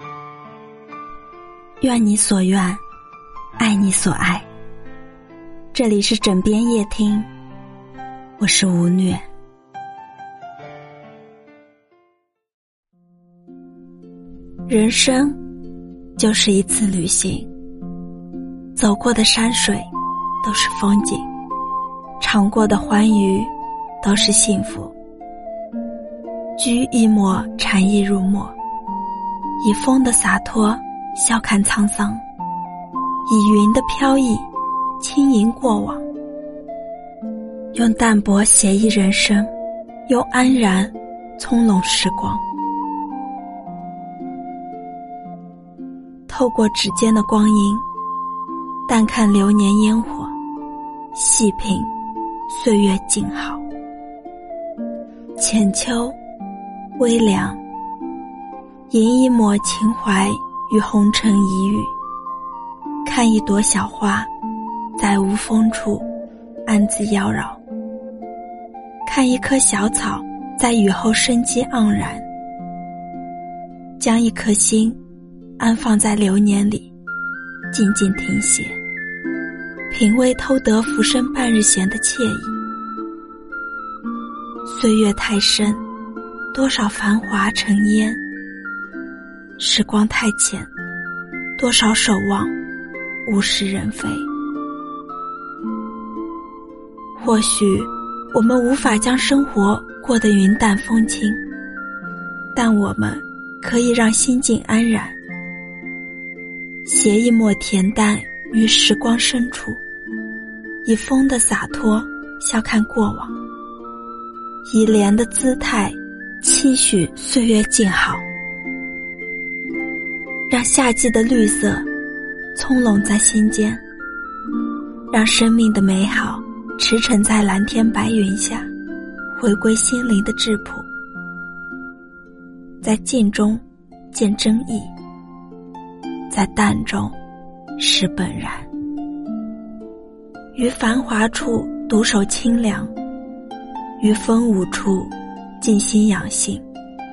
愿你所愿，爱你所爱。这里是枕边夜听，我是吴虐。人生就是一次旅行，走过的山水都是风景，尝过的欢愉都是幸福。掬一抹禅意入墨，以风的洒脱笑看沧桑，以云的飘逸轻盈过往。用淡泊写意人生，用安然从容时光。透过指尖的光阴，淡看流年烟火，细品岁月静好。浅秋微凉，吟一抹情怀与红尘一遇，看一朵小花在无风处暗自妖娆，看一棵小草在雨后生机盎然，将一颗心安放在流年里，静静停歇，品味偷得浮生半日闲的惬意。岁月太深，多少繁华成烟；时光太浅，多少守望物是人非。或许我们无法将生活过得云淡风轻，但我们可以让心境安然，携一抹恬淡于时光深处，以风的洒脱笑看过往，以莲的姿态期许岁月静好。让夏季的绿色葱茏在心间，让生命的美好驰骋在蓝天白云下，回归心灵的质朴。在静中见真意，在淡中识本然。于繁华处独守清凉，于风舞处静心养性。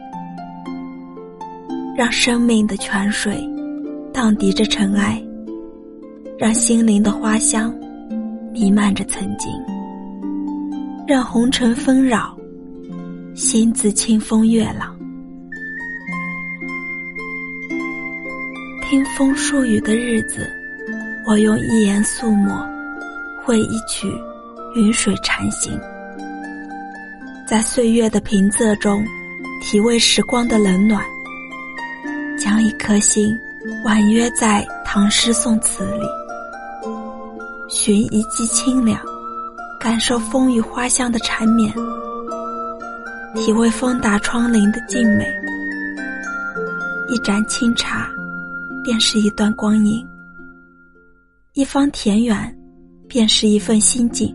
让生命的泉水荡涤着尘埃，让心灵的花香弥漫着曾经。任红尘纷扰，心自清风悦朗。听风疏雨的日子，我用一言素墨绘一曲云水禅行。在岁月的平仄中体味时光的冷暖，将一颗心婉约在唐诗宋词里，寻一季清凉，感受风雨花香的缠绵，体味风打窗棂的静美。一盏清茶便是一段光阴，一方田园便是一份心境。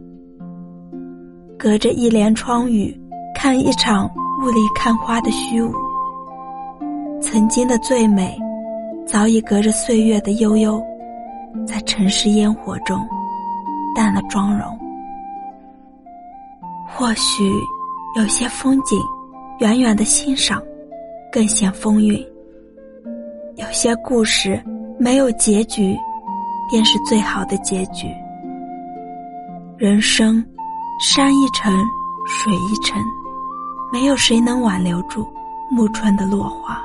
隔着一帘窗雨，看一场雾里看花的虚无。曾经的最美，早已隔着岁月的悠悠，在尘世烟火中淡了妆容。或许有些风景远远的欣赏更显风韵，有些故事没有结局便是最好的结局。人生山一程水一程，没有谁能挽留住暮春的落花，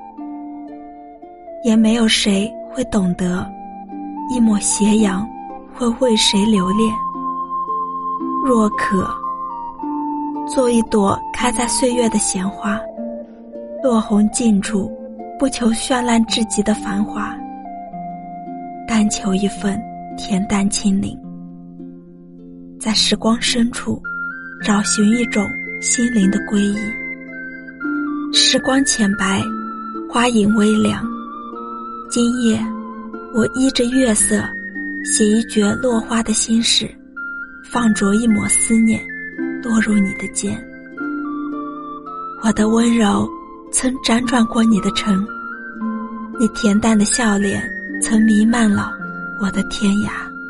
也没有谁会懂得一抹斜阳会为谁留恋。若可做一朵开在岁月的闲花，落红尽处，不求绚烂至极的繁华，但求一份恬淡清灵。在时光深处找寻一种心灵的归依。时光浅白，花影微凉，今夜我依着月色写一绝落花的心事，放着一抹思念落入你的肩。我的温柔曾辗转过你的城，你恬淡的笑脸曾弥漫了我的天涯。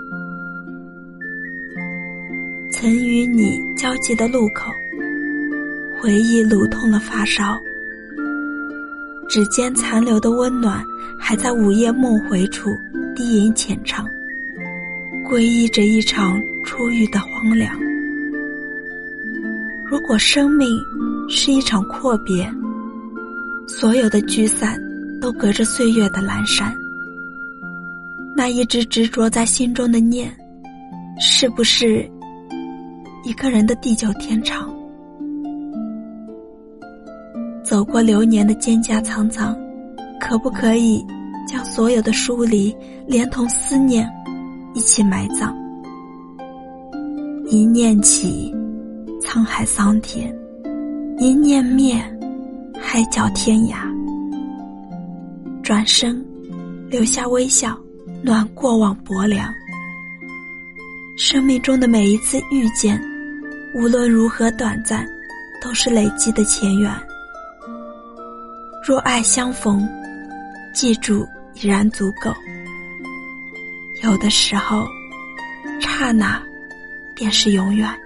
曾与你交集的路口，回忆撸痛了发梢。 指尖残留的温暖还在午夜梦回处低吟浅唱，皈依着一场初遇的荒凉。如果生命是一场阔别，所有的聚散都隔着岁月的阑珊，那一直执着在心中的念，是不是一个人的地久天长？走过流年的蒹葭苍苍，可不可以将所有的疏离连同思念一起埋葬？一念起，沧海桑田；一念灭，海角天涯。转身，留下微笑，暖过往薄凉。生命中的每一次遇见，无论如何短暂，都是累积的前缘。若爱相逢，记住已然足够。有的时候，刹那便是永远。